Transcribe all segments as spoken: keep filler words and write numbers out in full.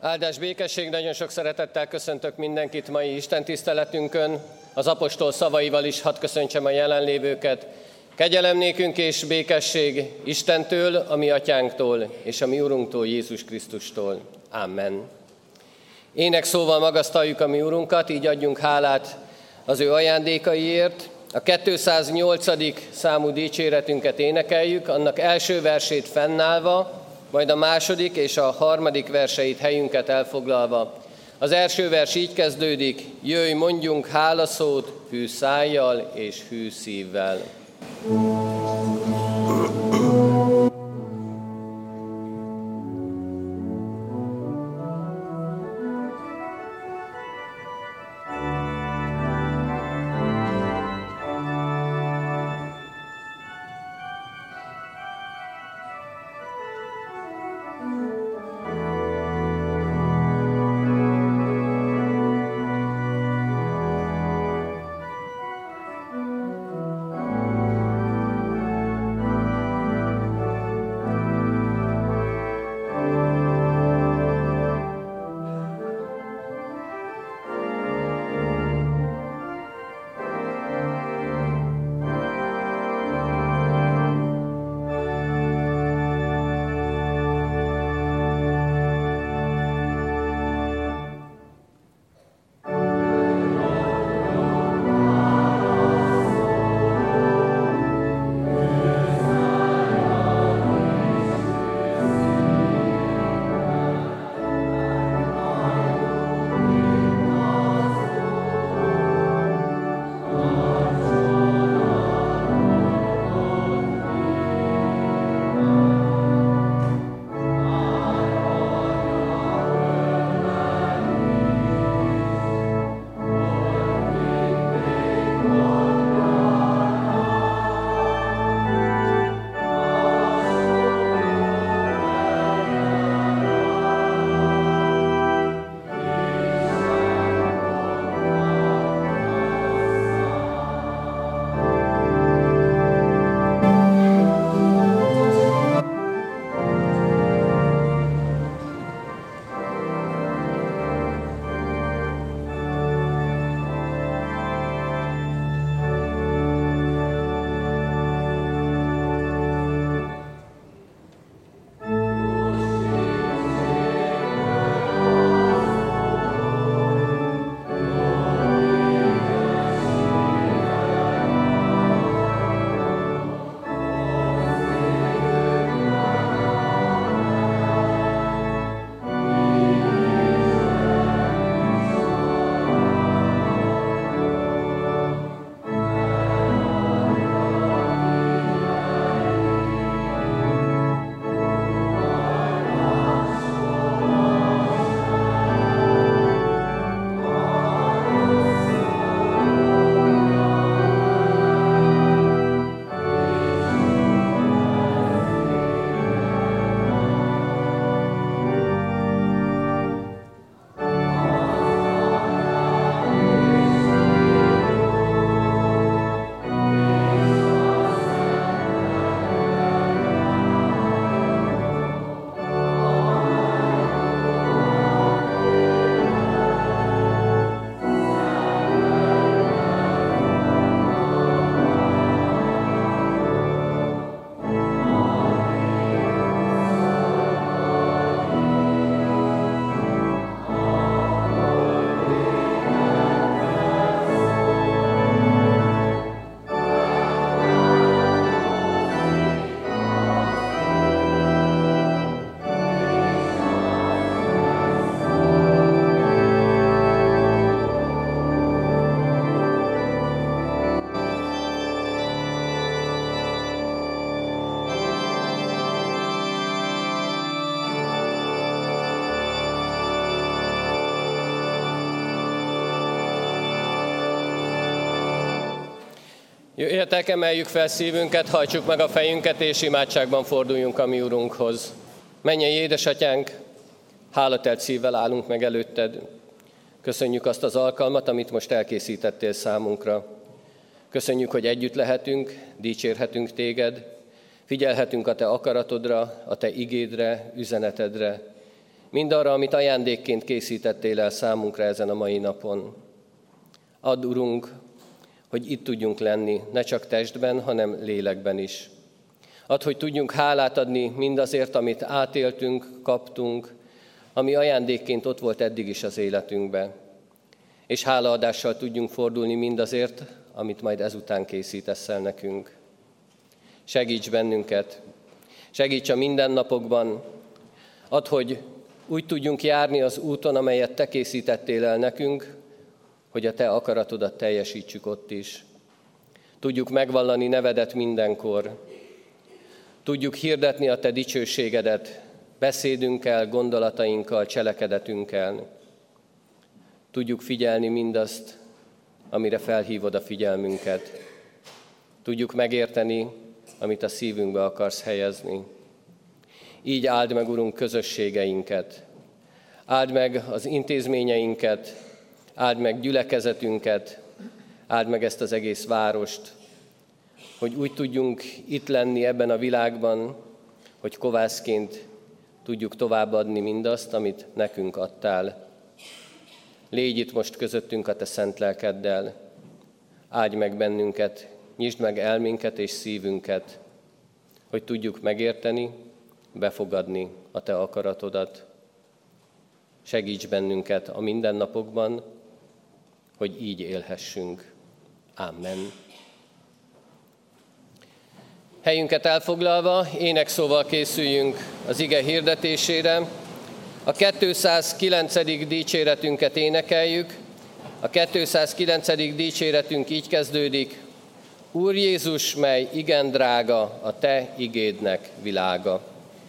Áldás, békesség, nagyon sok szeretettel köszöntök mindenkit mai istentiszteletünkön. Az apostol szavaival is hadd köszöntsem a jelenlévőket. Kegyelem nékünk és békesség Istentől, a mi atyánktól és a mi Urunktól, Jézus Krisztustól. Amen. Énekszóval magasztaljuk a mi Urunkat, így adjunk hálát az ő ajándékaiért. A kétszáznyolcadik számú dicséretünket énekeljük, annak első versét fennállva, majd a második és a harmadik verseit helyünket elfoglalva. Az első vers így kezdődik: jöjj, mondjunk hálaszót hű szájjal és hű szívvel. Jöjjetek, emeljük fel szívünket, hajtsuk meg a fejünket, és imádságban forduljunk a mi Urunkhoz. Mennyei édesatyánk, hálatelt szívvel állunk meg előtted. Köszönjük azt az alkalmat, amit most elkészítettél számunkra. Köszönjük, hogy együtt lehetünk, dicsérhetünk téged, figyelhetünk a te akaratodra, a te igédre, üzenetedre, mindarra, amit ajándékként készítettél el számunkra ezen a mai napon. Add, Urunk, hogy itt tudjunk lenni, ne csak testben, hanem lélekben is. Add, hogy tudjunk hálát adni mindazért, amit átéltünk, kaptunk, ami ajándékként ott volt eddig is az életünkben. És hálaadással tudjunk fordulni mindazért, amit majd ezután készítesz el nekünk. Segíts bennünket, segíts a mindennapokban, add, hogy úgy tudjunk járni az úton, amelyet te készítettél el nekünk, hogy a te akaratodat teljesítsük ott is. Tudjuk megvallani nevedet mindenkor, tudjuk hirdetni a te dicsőségedet beszédünkkel, gondolatainkkal, cselekedetünkkel. Tudjuk figyelni mindazt, amire felhívod a figyelmünket. Tudjuk megérteni, amit a szívünkbe akarsz helyezni. Így áld meg, Urunk, közösségeinket, áld meg az intézményeinket, áld meg gyülekezetünket, áld meg ezt az egész várost, hogy úgy tudjunk itt lenni ebben a világban, hogy kovászként tudjuk továbbadni mindazt, amit nekünk adtál. Légy itt most közöttünk a te szent lelkeddel, áldj meg bennünket, nyisd meg elménket és szívünket, hogy tudjuk megérteni, befogadni a te akaratodat. Segíts bennünket a mindennapokban, hogy így élhessünk. Amen. Helyünket elfoglalva, énekszóval készüljünk az ige hirdetésére. A kétszázkilencedik dicséretünket énekeljük. A kétszázkilencedik dicséretünk így kezdődik. Úr Jézus, mely igen drága, a te igédnek világa.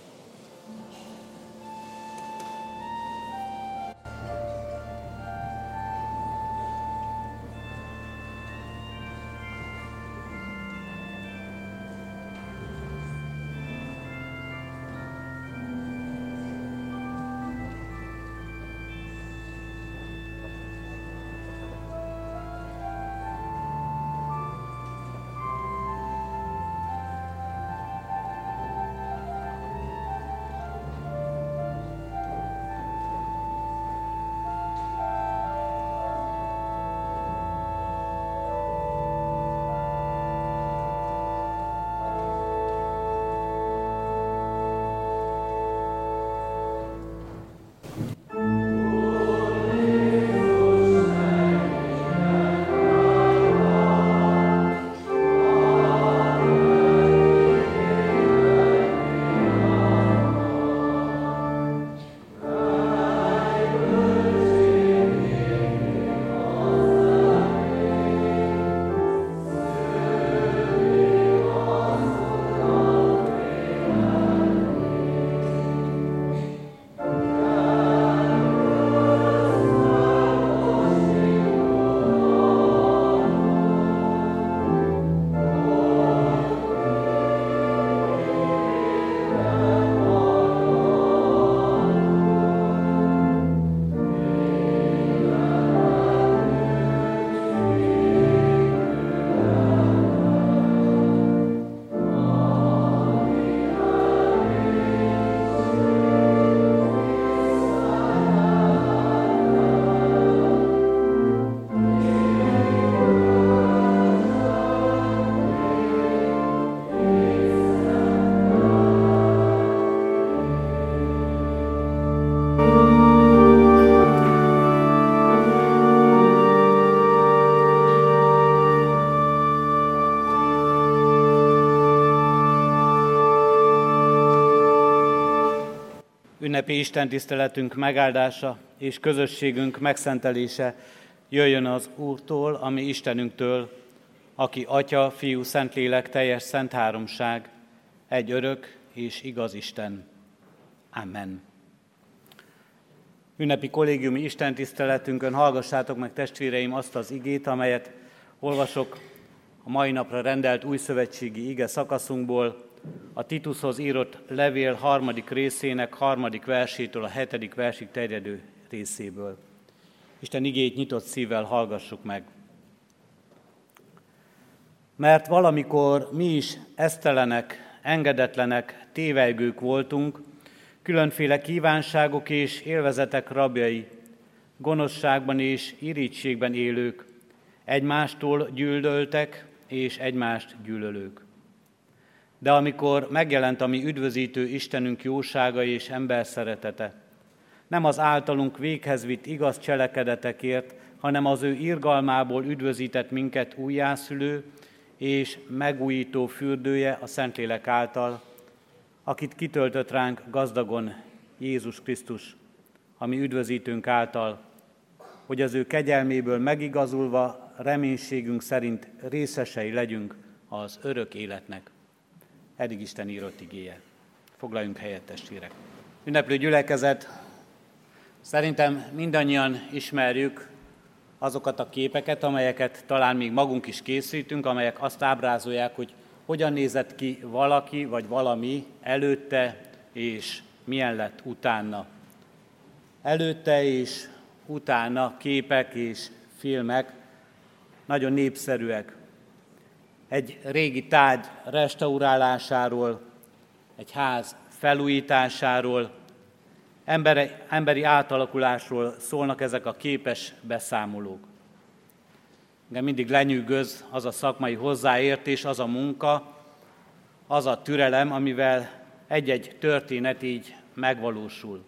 Ünnepi istentiszteletünk megáldása és közösségünk megszentelése jöjjön az Úrtól, ami Istenünktől, aki Atya, Fiú, Szentlélek, teljes szent háromság, egy örök és igaz Isten. Amen. Ünnepi kollégiumi istentiszteletünkön hallgassátok meg, testvéreim, azt az igét, amelyet olvasok a mai napra rendelt újszövetségi ige szakaszunkból, a Titushoz írott levél harmadik részének harmadik versétől a hetedik versig terjedő részéből. Isten igéjét nyitott szívvel hallgassuk meg. Mert valamikor mi is esztelenek, engedetlenek, tévelygők voltunk, különféle kívánságok és élvezetek rabjai, gonoszságban és irítségben élők, egymástól gyűlöltek és egymást gyűlölők. De amikor megjelent a mi üdvözítő Istenünk jósága és ember szeretete, nem az általunk véghez vitt igaz cselekedetekért, hanem az ő irgalmából üdvözített minket újjászülő és megújító fürdője a Szentlélek által, akit kitöltött ránk gazdagon Jézus Krisztus, a mi üdvözítőnk által, hogy az ő kegyelméből megigazulva reménységünk szerint részesei legyünk az örök életnek. Eddig Isten írott igéje. Foglaljunk helyet, testvérek. Ünneplő gyülekezet, szerintem mindannyian ismerjük azokat a képeket, amelyeket talán még magunk is készítünk, amelyek azt ábrázolják, hogy hogyan nézett ki valaki vagy valami előtte, és milyen lett utána. Előtte és utána képek és filmek nagyon népszerűek. Egy régi tárgy restaurálásáról, egy ház felújításáról, emberi, emberi átalakulásról szólnak ezek a képes beszámolók. De mindig lenyűgöz az a szakmai hozzáértés, az a munka, az a türelem, amivel egy-egy történet így megvalósul.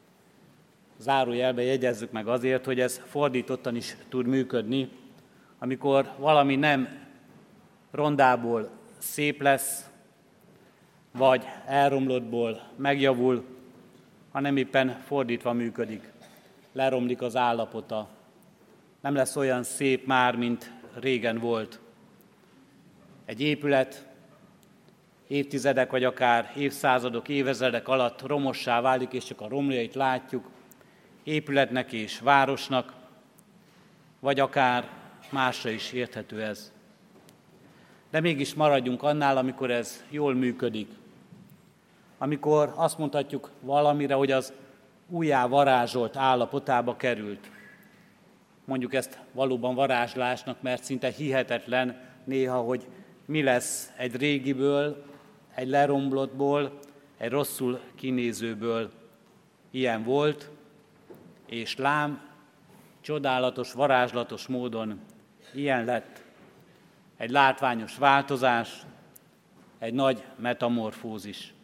Zárójelben jegyezzük meg azért, hogy ez fordítottan is tud működni, amikor valami nem rondából szép lesz, vagy elromlottból megjavul, hanem éppen fordítva működik. Leromlik az állapota. Nem lesz olyan szép már, mint régen volt. Egy épület évtizedek vagy akár évszázadok, évezredek alatt romossá válik, és csak a romjait látjuk, épületnek és városnak, vagy akár másra is érthető ez. De mégis maradjunk annál, amikor ez jól működik. Amikor azt mondhatjuk valamire, hogy az újjá varázsolt állapotába került. Mondjuk ezt valóban varázslásnak, mert szinte hihetetlen néha, hogy mi lesz egy régiből, egy leromlottból, egy rosszul kinézőből. Ilyen volt, és lám, csodálatos, varázslatos módon ilyen lett. Egy látványos változás, egy nagy metamorfózis.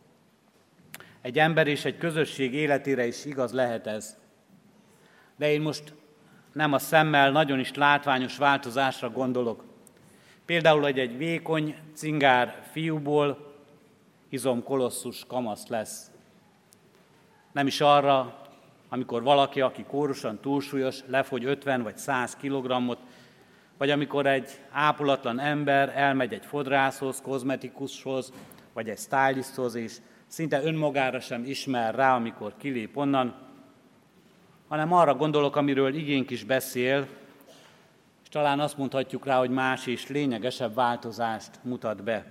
Egy ember és egy közösség életére is igaz lehet ez. De én most nem a szemmel nagyon is látványos változásra gondolok. Például, hogy egy vékony, cingár fiúból izomkolosszus kamasz lesz. Nem is arra, amikor valaki, aki kórosan túlsúlyos, lefogy ötven vagy száz kilogrammot, vagy amikor egy ápolatlan ember elmegy egy fodrászhoz, kozmetikushoz, vagy egy stylisthoz, és szinte önmagára sem ismer rá, amikor kilép onnan, hanem arra gondolok, amiről igénk is beszél, és talán azt mondhatjuk rá, hogy más és lényegesebb változást mutat be.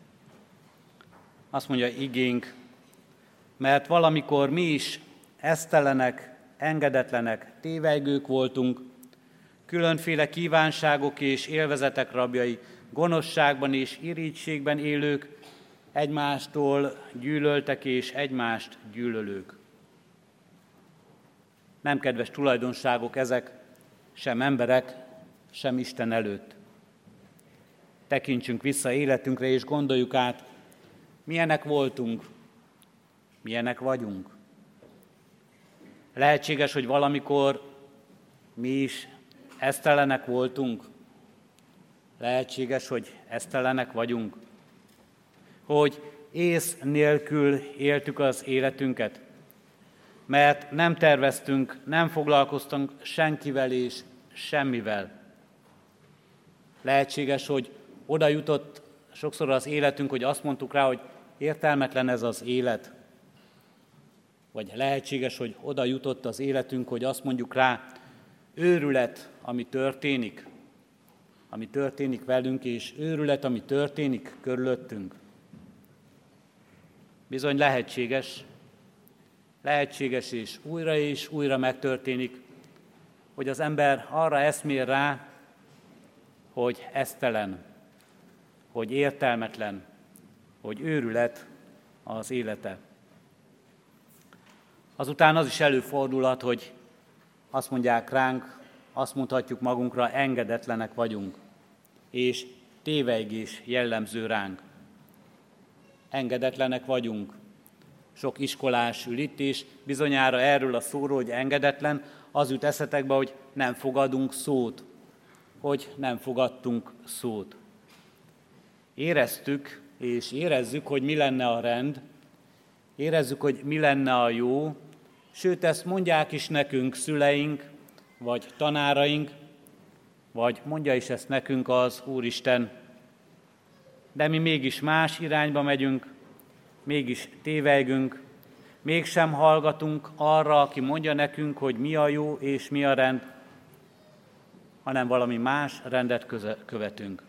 Azt mondja igénk, mert valamikor mi is esztelenek, engedetlenek, tévejgők voltunk, különféle kívánságok és élvezetek rabjai, gonoszságban és irítségben élők, egymástól gyűlöltek és egymást gyűlölők. Nem kedves tulajdonságok ezek, sem emberek, sem Isten előtt. Tekintsünk vissza életünkre és gondoljuk át, milyenek voltunk, milyenek vagyunk. Lehetséges, hogy valamikor mi is esztelenek voltunk. Lehetséges, hogy esztelenek vagyunk. Hogy ész nélkül éltük az életünket, mert nem terveztünk, nem foglalkoztunk senkivel és semmivel. Lehetséges, hogy oda jutott sokszor az életünk, hogy azt mondtuk rá, hogy értelmetlen ez az élet. Vagy lehetséges, hogy oda jutott az életünk, hogy azt mondjuk rá, őrület, ami történik, ami történik velünk, és őrület, ami történik körülöttünk. Bizony lehetséges, lehetséges és újra és újra megtörténik, hogy az ember arra eszmél rá, hogy esztelen, hogy értelmetlen, hogy őrület az élete. Azután az is előfordulhat, hogy azt mondják ránk, azt mondhatjuk magunkra, engedetlenek vagyunk, és tévejgés jellemző ránk. Engedetlenek vagyunk. Sok iskolás ül itt, és bizonyára erről a szóról, hogy engedetlen, az jut eszetekbe, hogy nem fogadunk szót, hogy nem fogadtunk szót. Éreztük, és érezzük, hogy mi lenne a rend, érezzük, hogy mi lenne a jó, sőt, ezt mondják is nekünk szüleink, vagy tanáraink, vagy mondja is ezt nekünk az Úristen, de mi mégis más irányba megyünk, mégis tévejgünk, mégsem hallgatunk arra, aki mondja nekünk, hogy mi a jó és mi a rend, hanem valami más rendet követünk.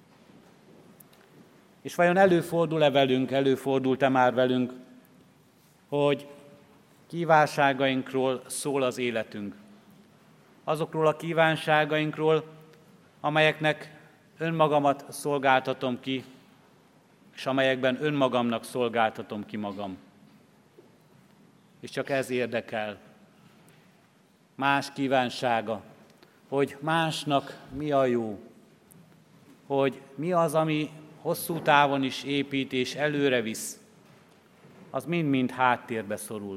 És vajon előfordul-e velünk, előfordult-e már velünk, hogy kívánságainkról szól az életünk? Azokról a kívánságainkról, amelyeknek önmagamat szolgáltatom ki, és amelyekben önmagamnak szolgáltatom ki magam. És csak ez érdekel. Más kívánsága, hogy másnak mi a jó, hogy mi az, ami hosszú távon is épít és előre visz, az mind-mind háttérbe szorul.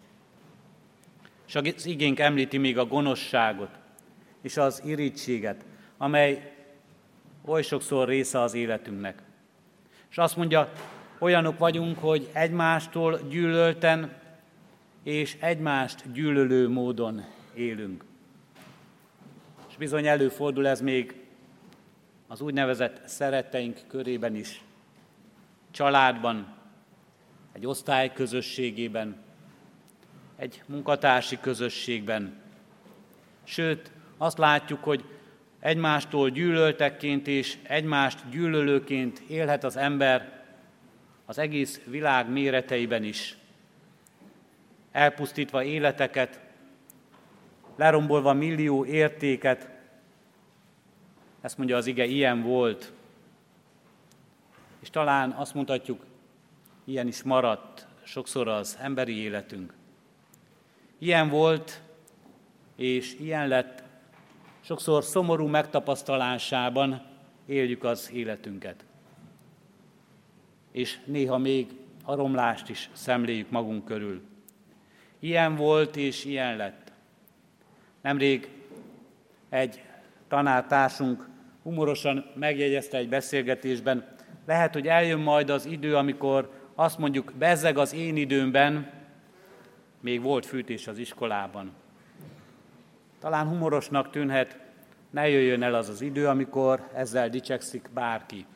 És az igénk említi még a gonoszságot és az irítséget, amely oly sokszor része az életünknek. És azt mondja, olyanok vagyunk, hogy egymástól gyűlölten és egymást gyűlölő módon élünk. És bizony előfordul ez még az úgynevezett szeretteink körében is, családban, egy osztály közösségében, egy munkatársi közösségben. Sőt, azt látjuk, hogy egymástól gyűlöltekként és egymást gyűlölőként élhet az ember az egész világ méreteiben is, elpusztítva életeket, lerombolva millió értéket. Ezt mondja az ige, ilyen volt. És talán azt mondhatjuk, ilyen is maradt sokszor az emberi életünk. Ilyen volt, és ilyen lett, sokszor szomorú megtapasztalásában éljük az életünket. És néha még a romlást is szemléljük magunk körül. Ilyen volt, és ilyen lett. Nemrég egy tanártársunk humorosan megjegyezte egy beszélgetésben, lehet, hogy eljön majd az idő, amikor azt mondjuk, bezzeg az én időmben, még volt fűtés az iskolában. Talán humorosnak tűnhet, ne jöjjön el az az idő, amikor ezzel dicsekszik bárki.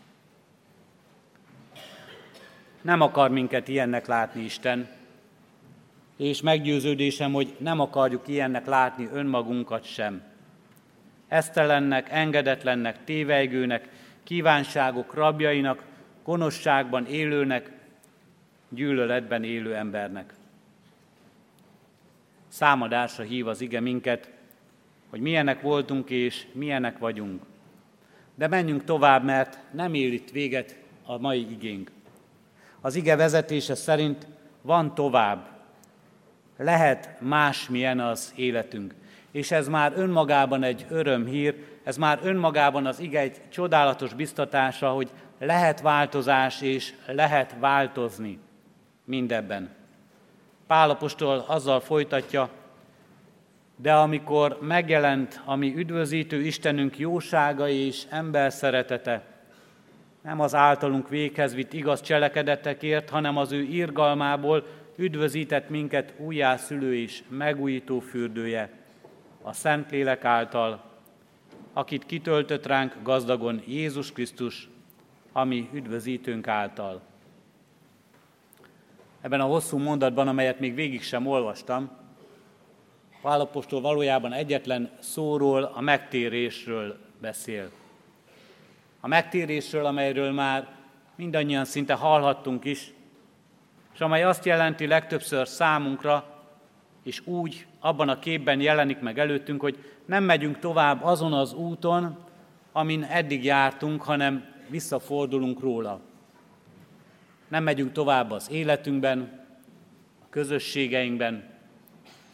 Nem akar minket ilyennek látni Isten, és meggyőződésem, hogy nem akarjuk ilyennek látni önmagunkat sem. Esztelennek, engedetlennek, tévejgőnek, kívánságok rabjainak, gonoszságban élőnek, gyűlöletben élő embernek. Számadásra hív az ige minket, hogy milyenek voltunk és milyenek vagyunk. De menjünk tovább, mert nem ér itt véget a mai igénk. Az ige vezetése szerint van tovább. Lehet másmilyen az életünk. És ez már önmagában egy örömhír, ez már önmagában az ige egy csodálatos biztatása, hogy lehet változás és lehet változni mindebben. Pál apostol azzal folytatja, de amikor megjelent a mi üdvözítő Istenünk jósága és ember szeretete, nem az általunk véghez vitt igaz cselekedetekért, hanem az ő irgalmából üdvözített minket újjászülő és megújító fürdője, a Szentlélek által, akit kitöltött ránk gazdagon Jézus Krisztus, ami üdvözítőnk által. Ebben a hosszú mondatban, amelyet még végig sem olvastam, Pál apostol valójában egyetlen szóról, a megtérésről beszél. A megtérésről, amelyről már mindannyian szinte hallhattunk is, és amely azt jelenti legtöbbször számunkra, és úgy abban a képben jelenik meg előttünk, hogy nem megyünk tovább azon az úton, amin eddig jártunk, hanem visszafordulunk róla. Nem megyünk tovább az életünkben, a közösségeinkben,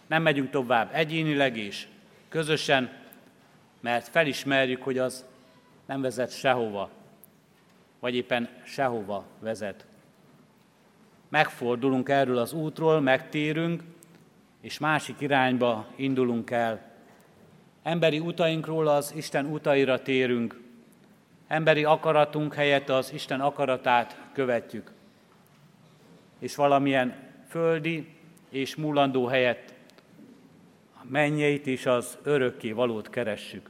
Nem megyünk tovább egyénileg és közösen, mert felismerjük, hogy az nem vezet sehova, vagy éppen sehova vezet. Megfordulunk erről az útról, megtérünk, és másik irányba indulunk el. Emberi utainkról az Isten utaira térünk, emberi akaratunk helyett az Isten akaratát követjük, és valamilyen földi és múlandó helyett a mennyeit és az örökké valót keressük.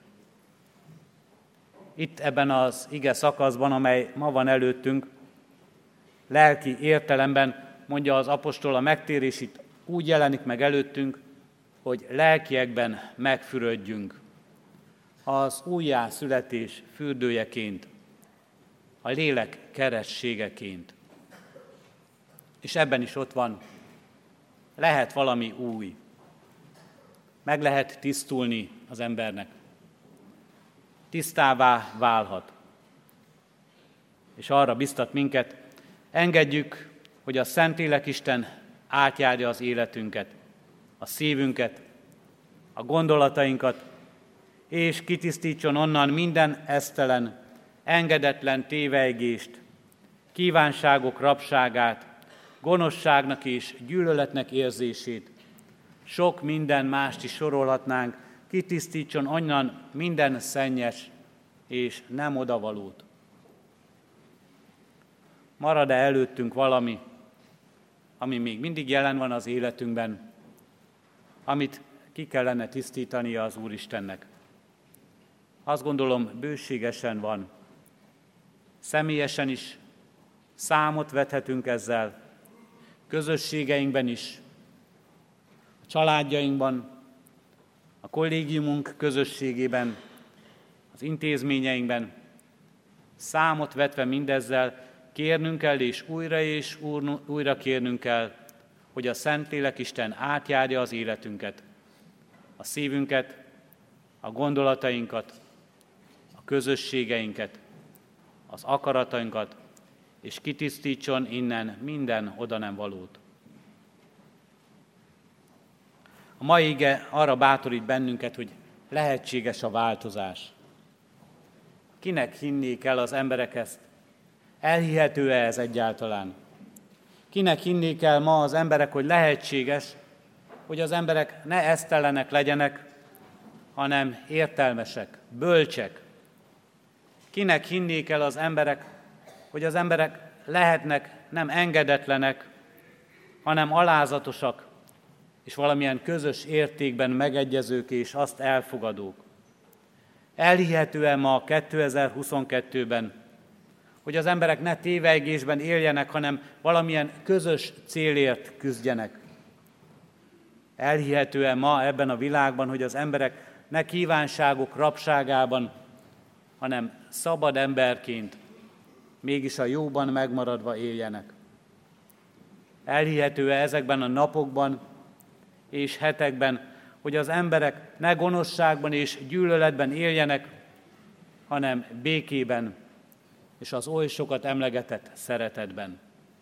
Itt ebben az ige szakaszban, amely ma van előttünk, lelki értelemben, mondja az apostol, a megtérés itt úgy jelenik meg előttünk, hogy lelkiekben megfürödjünk. Az újjászületés fürdőjeként, a lélek kerességeként. És ebben is ott van, lehet valami új. Meg lehet tisztulni az embernek. Tisztává válhat. És arra biztat minket, engedjük, hogy a Szentlélek Isten átjárja az életünket, a szívünket, a gondolatainkat, és kitisztítson onnan minden esztelen, engedetlen tévejgést, kívánságok rabságát, gonoszságnak és gyűlöletnek érzését, sok minden mást is sorolhatnánk, kitisztítson onnan minden szennyes és nem odavalót. Marad-e előttünk valami, ami még mindig jelen van az életünkben, amit ki kellene tisztítania az Úristennek? Azt gondolom, bőségesen van. Személyesen is számot vethetünk ezzel, közösségeinkben is, a családjainkban, a kollégiumunk közösségében, az intézményeinkben. Számot vetve mindezzel kérnünk kell, és újra és újra kérnünk kell, hogy a Szentlélek Isten átjárja az életünket, a szívünket, a gondolatainkat, a közösségeinket, az akaratainkat, és kitisztítson innen minden oda nem valót. A mai ige arra bátorít bennünket, hogy lehetséges a változás. Kinek hinnék el az emberek ezt? Elhihető-e ez egyáltalán? Kinek hinnék el ma az emberek, hogy lehetséges, hogy az emberek ne esztelenek legyenek, hanem értelmesek, bölcsek? Kinek hinnék el az emberek, hogy az emberek lehetnek nem engedetlenek, hanem alázatosak, és valamilyen közös értékben megegyezők és azt elfogadók? Elhihető-e ma kétezer-huszonkettőben, hogy az emberek ne tévejgésben éljenek, hanem valamilyen közös célért küzdjenek? Elhihető-e ma ebben a világban, hogy az emberek ne kívánságok rabságában, hanem szabad emberként, mégis a jóban megmaradva éljenek? Elhihető-e ezekben a napokban és hetekben, hogy az emberek ne gonoszságban és gyűlöletben éljenek, hanem békében és az oly sokat emlegetett szeretetben?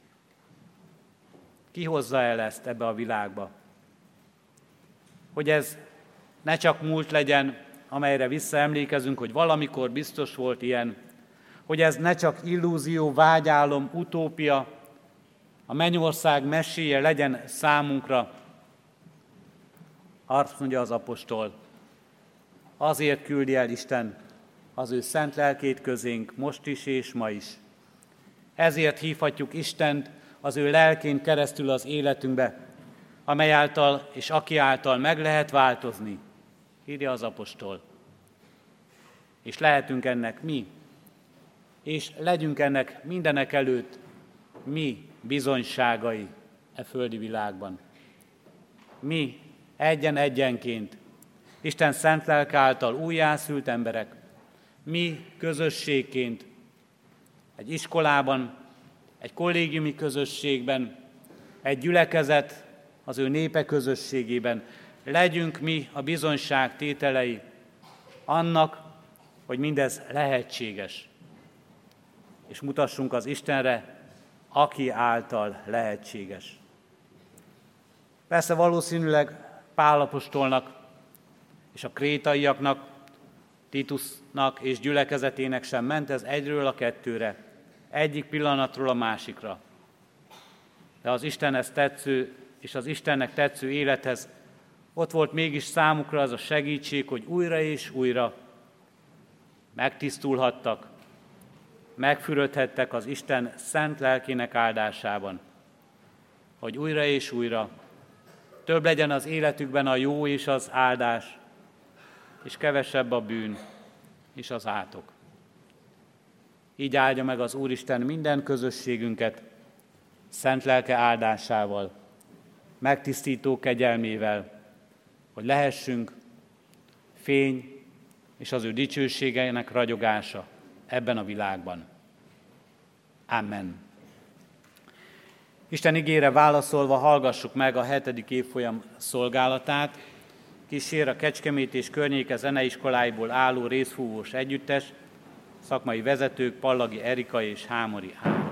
Ki hozza el ezt ebbe a világba? Hogy ez ne csak múlt legyen, amelyre visszaemlékezünk, hogy valamikor biztos volt ilyen, hogy ez ne csak illúzió, vágyálom, utópia, a mennyország meséje legyen számunkra. Azt mondja az apostol, azért küldi el Isten az ő szent lelkét közénk most is és ma is. Ezért hívhatjuk Istent az ő lelkén keresztül az életünkbe, amely által és aki által meg lehet változni, írja az apostol. És lehetünk ennek mi, és legyünk ennek mindenek előtt mi bizonyságai e földi világban. Mi egyen-egyenként, Isten szent lelke által újjászült emberek, mi közösségként, egy iskolában, egy kollégiumi közösségben, egy gyülekezet az ő népe közösségében, legyünk mi a bizonyság tételei annak, hogy mindez lehetséges, és mutassunk az Istenre, aki által lehetséges. Persze valószínűleg Pál apostolnak és a krétaiaknak, Titusnak és gyülekezetének sem ment ez egyről a kettőre, egyik pillanatról a másikra. De az Istenhez tetsző és az Istennek tetsző élethez ott volt mégis számukra az a segítség, hogy újra és újra megtisztulhattak, megfürödhettek az Isten szent lelkének áldásában, hogy újra és újra több legyen az életükben a jó és az áldás, és kevesebb a bűn és az átok. Így áldja meg az Úristen minden közösségünket, szent lelke áldásával, megtisztító kegyelmével, hogy lehessünk fény és az ő dicsőségeinek ragyogása ebben a világban. Amen. Isten igére válaszolva hallgassuk meg a hetedik évfolyam szolgálatát. Kísér a Kecskemét és környéke zeneiskoláiból álló részfúvós együttes, szakmai vezetők Pallagi Erika és Hámori Áron.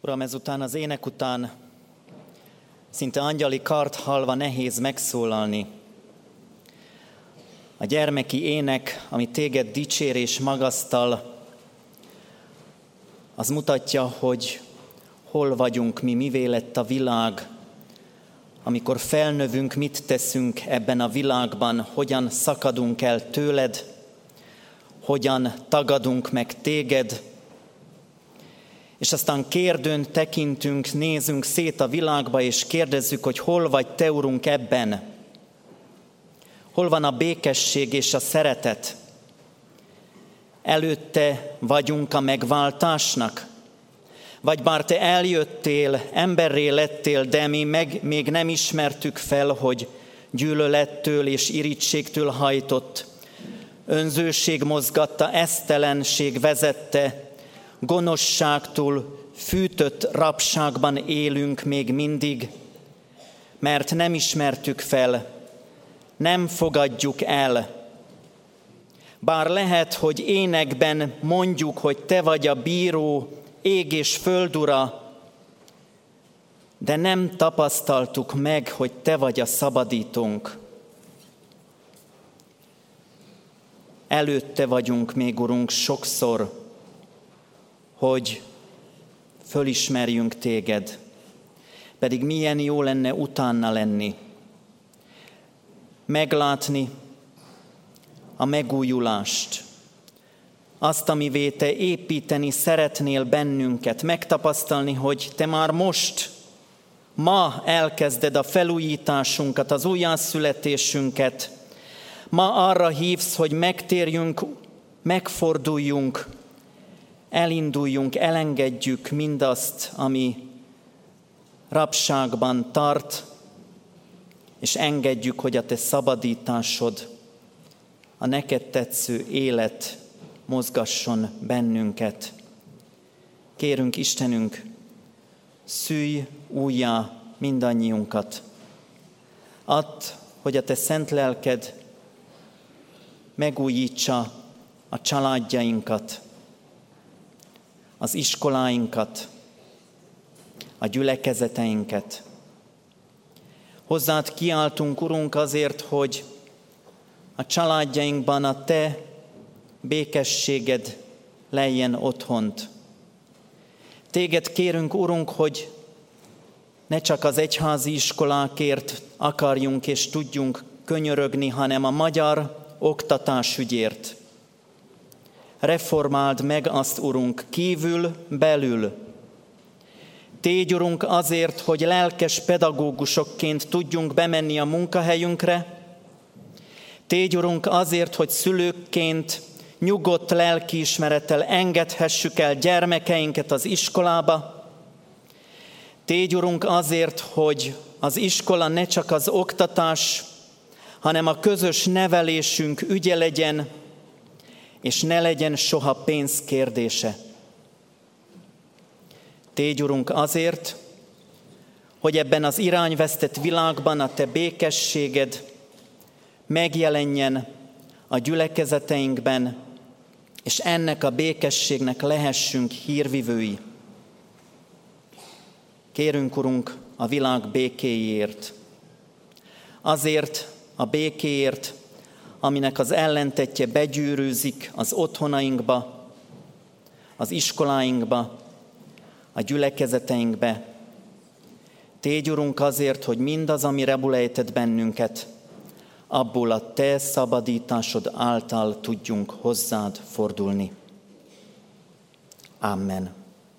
Uram, ezután az ének után szinte angyali kart hallva nehéz megszólalni. A gyermeki ének, ami téged dicsér és magasztal, az mutatja, hogy hol vagyunk mi, mivé lett a világ, amikor felnövünk, mit teszünk ebben a világban, hogyan szakadunk el tőled, hogyan tagadunk meg téged, és aztán kérdőn tekintünk, nézünk szét a világba, és kérdezzük, hogy hol vagy te, Urunk, ebben? Hol van a békesség és a szeretet? Előtte vagyunk a megváltásnak? Vagy bár te eljöttél, emberré lettél, de mi meg, még nem ismertük fel, hogy gyűlölettől és irítségtől hajtott, önzőség mozgatta, esztelenség vezette, gonoszságtól fűtött rabságban élünk még mindig, mert nem ismertük fel, nem fogadjuk el. Bár lehet, hogy énekben mondjuk, hogy te vagy a bíró, ég és föld ura, de nem tapasztaltuk meg, hogy te vagy a szabadítónk. Előtte vagyunk még, Urunk, sokszor, hogy fölismerjünk téged, pedig milyen jó lenne utána lenni, meglátni a megújulást, azt, amivé te építeni szeretnél bennünket, megtapasztalni, hogy te már most, ma elkezded a felújításunkat, az újjászületésünket, ma arra hívsz, hogy megtérjünk, megforduljunk, elinduljunk, elengedjük mindazt, ami rabságban tart, és engedjük, hogy a te szabadításod, a neked tetsző élet mozgasson bennünket. Kérünk, Istenünk, szülj újjá mindannyiunkat. Add, hogy a te szent lelked megújítsa a családjainkat, az iskoláinkat, a gyülekezeteinket. Hozzád kiáltunk, Urunk, azért, hogy a családjainkban a te békességed lejjen otthont. Téged kérünk, Urunk, hogy ne csak az egyházi iskolákért akarjunk és tudjunk könyörögni, hanem a magyar oktatásügyért. Reformáld meg azt, Urunk, kívül, belül. Tégy, Urunk, azért, hogy lelkes pedagógusokként tudjunk bemenni a munkahelyünkre. Tégy, Urunk, azért, hogy szülőkként nyugodt lelkiismerettel engedhessük el gyermekeinket az iskolába. Tégy, Urunk, azért, hogy az iskola ne csak az oktatás, hanem a közös nevelésünk ügye legyen, és ne legyen soha pénz kérdése. Tégy, Urunk, azért, hogy ebben az irányvesztett világban a te békességed megjelenjen a gyülekezeteinkben, és ennek a békességnek lehessünk hírvivői. Kérünk, Urunk, a világ békéjéért. Azért a békéért, aminek az ellentetje begyűrűzik az otthonainkba, az iskoláinkba, a gyülekezeteinkbe. Tégy, Urunk, azért, hogy mindaz, ami rebulejtett bennünket, abból a te szabadításod által tudjunk hozzád fordulni. Amen.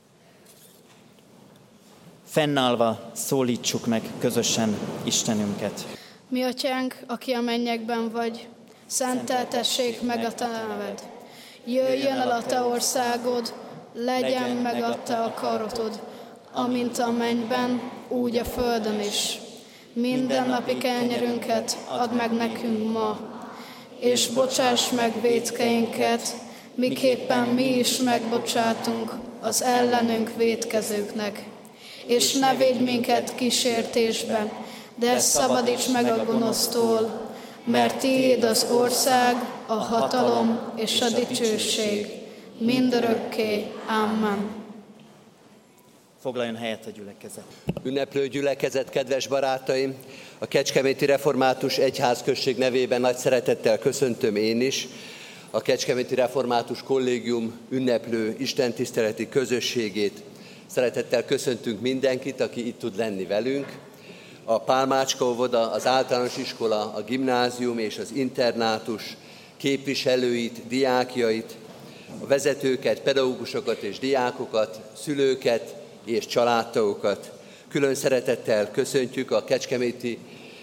Fennállva szólítsuk meg közösen Istenünket. Mi atyánk, aki a mennyekben vagy, szenteltessék meg a te neved. Jöjjön el a te országod, legyen meg a te akaratod, amint a mennyben, úgy a földön is. Mindennapi kenyerünket add meg nekünk ma, és bocsáss meg vétkeinket, miképpen mi is megbocsátunk az ellenünk vétkezőknek. És ne védj minket kísértésbe, de szabadíts meg a gonosztól, mert tiéd az ország, a hatalom és a dicsőség, mindörökké. Amen. Foglaljon helyet a gyülekezet. Ünneplő gyülekezet, kedves barátaim! A Kecskeméti Református Egyházközség nevében nagy szeretettel köszöntöm én is a Kecskeméti Református Kollégium ünneplő istentiszteleti közösségét. Szeretettel köszöntünk mindenkit, aki itt tud lenni velünk. A Pálmácska óvoda, az általános iskola, a gimnázium és az internátus képviselőit, diákjait, a vezetőket, pedagógusokat és diákokat, szülőket és családtagokat. Külön szeretettel köszöntjük a Kecskeméti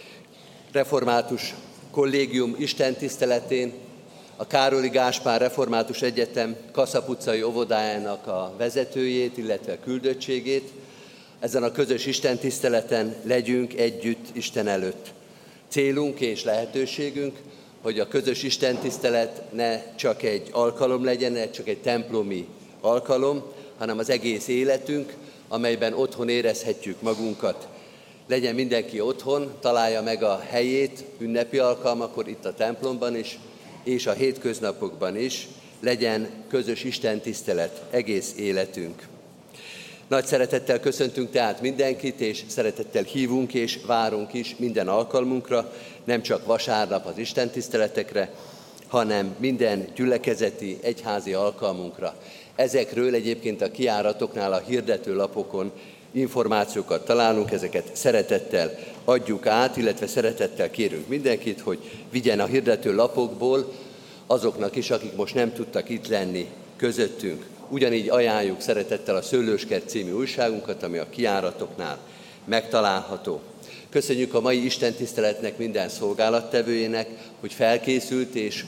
Református Kollégium istentiszteletén a Károli Gáspár Református Egyetem Kaszap utcai óvodájának a vezetőjét, illetve küldöttségét. Ezen a közös istentiszteleten legyünk együtt Isten előtt. Célunk és lehetőségünk, hogy a közös istentisztelet ne csak egy alkalom legyen, ne csak egy templomi alkalom, hanem az egész életünk, amelyben otthon érezhetjük magunkat. Legyen mindenki otthon, találja meg a helyét ünnepi alkalmakor itt a templomban is, és a hétköznapokban is, legyen közös istentisztelet egész életünk. Nagy szeretettel köszöntünk tehát mindenkit, és szeretettel hívunk és várunk is minden alkalmunkra, nem csak vasárnap az istentiszteletekre, hanem minden gyülekezeti, egyházi alkalmunkra. Ezekről egyébként a kijáratoknál, a hirdetőlapokon információkat találunk, ezeket szeretettel adjuk át, illetve szeretettel kérünk mindenkit, hogy vigyen a hirdetőlapokból azoknak is, akik most nem tudtak itt lenni közöttünk. Ugyanígy ajánljuk szeretettel a Szőlőskert című újságunkat, ami a kijáratoknál megtalálható. Köszönjük a mai istentiszteletnek minden szolgálattevőjének, hogy felkészült és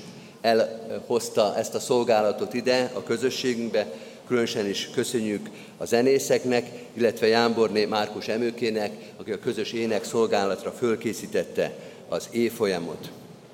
elhozta ezt a szolgálatot ide a közösségünkbe. Különösen is köszönjük a zenészeknek, illetve Jámborné Márkus Emőkének, aki a közös ének szolgálatra fölkészítette az évfolyamot.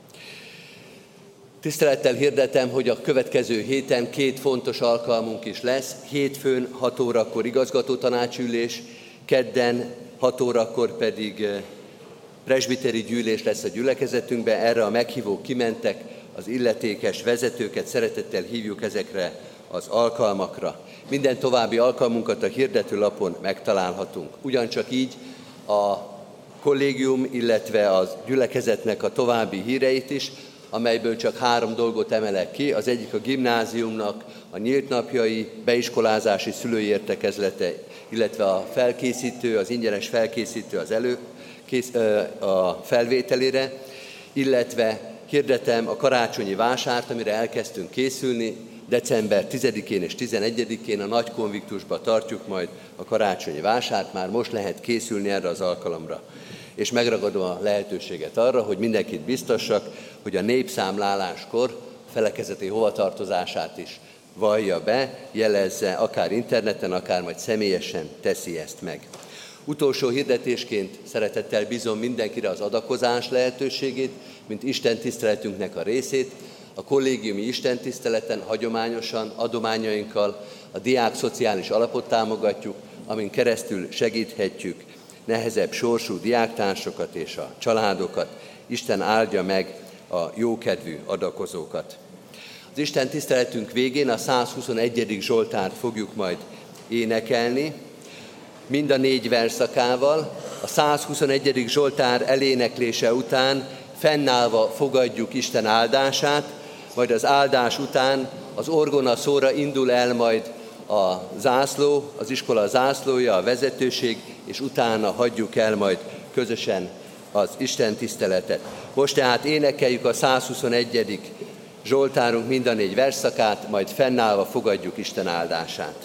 Tisztelettel hirdetem, hogy a következő héten két fontos alkalmunk is lesz. Hétfőn hat órakor igazgatótanácsülés, kedden hat órakor pedig presbiteri gyűlés lesz a gyülekezetünkben. Erre a meghívók kimentek, az illetékes vezetőket szeretettel hívjuk ezekre az alkalmakra. Minden további alkalmunkat a hirdetőlapon megtalálhatunk. Ugyancsak így a kollégium, illetve a gyülekezetnek a további híreit is, amelyből csak három dolgot emelek ki. Az egyik a gimnáziumnak a nyílt napjai, beiskolázási szülői értekezlete, illetve a felkészítő, az ingyenes felkészítő az elő, kész, a felvételére, illetve hirdetem a karácsonyi vásárt, amire elkezdtünk készülni. december tizedikén és tizenegyedikén a Nagy Konviktusba tartjuk majd a karácsonyi vásárt, már most lehet készülni erre az alkalomra. És megragadom a lehetőséget arra, hogy mindenkit biztassak, hogy a népszámláláskor felekezeti hovatartozását is vallja be, jelezze, akár interneten, akár majd személyesen teszi ezt meg. Utolsó hirdetésként szeretettel bízom mindenkire az adakozás lehetőségét, mint istentiszteletünknek a részét. A kollégiumi istentiszteleten hagyományosan adományainkkal a diák szociális alapot támogatjuk, amin keresztül segíthetjük nehezebb sorsú diáktársokat és a családokat. Isten áldja meg a jókedvű adakozókat. Az istentiszteletünk végén a százhuszonegyedik Zsoltárt fogjuk majd énekelni, mind a négy verszakával. A százhuszonegyedik Zsoltár eléneklése után fennállva fogadjuk Isten áldását, majd az áldás után az orgona szóra indul el majd a zászló, az iskola zászlója, a vezetőség, és utána hagyjuk el majd közösen az istentiszteletet. Most tehát énekeljük a százhuszonegyedik Zsoltárunk mind a négy versszakát, majd fennállva fogadjuk Isten áldását.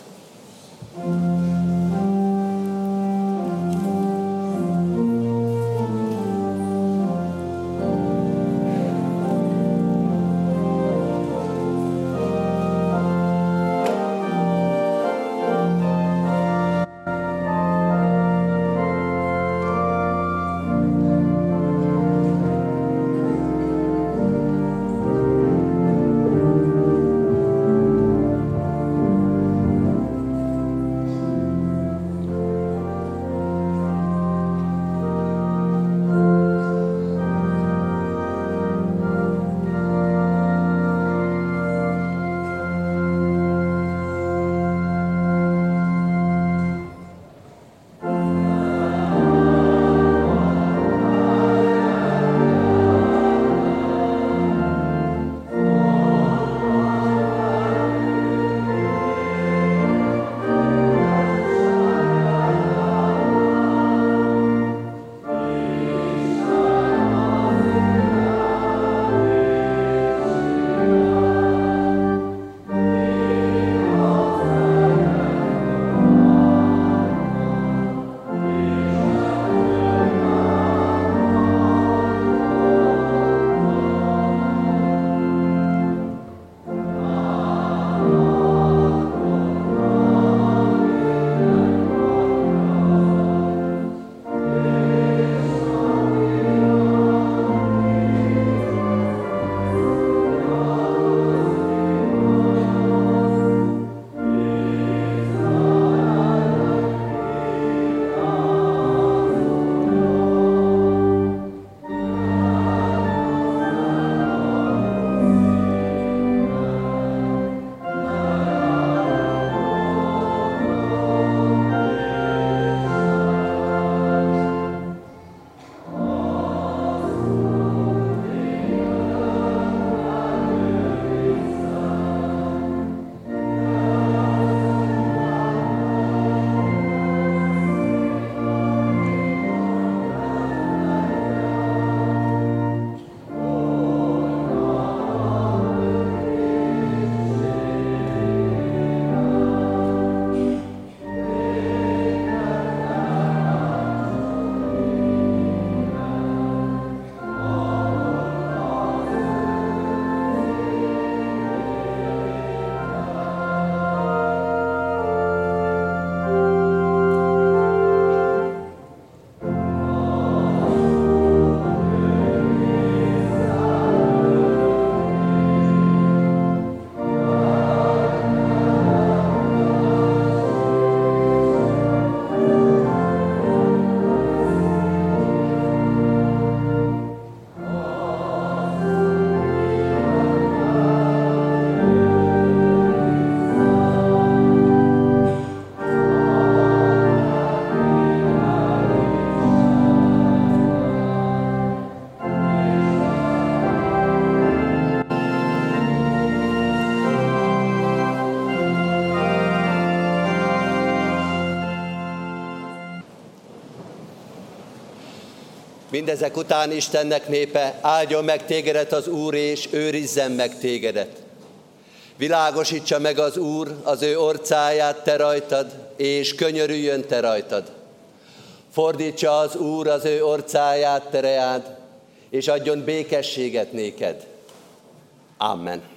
Mindezek után Istennek népe, áldjon meg tégedet az Úr, és őrizzen meg tégedet. Világosítsa meg az Úr az ő orcáját te rajtad, és könyörüljön te rajtad. Fordítsa az Úr az ő orcáját te reád, és adjon békességet néked. Amen.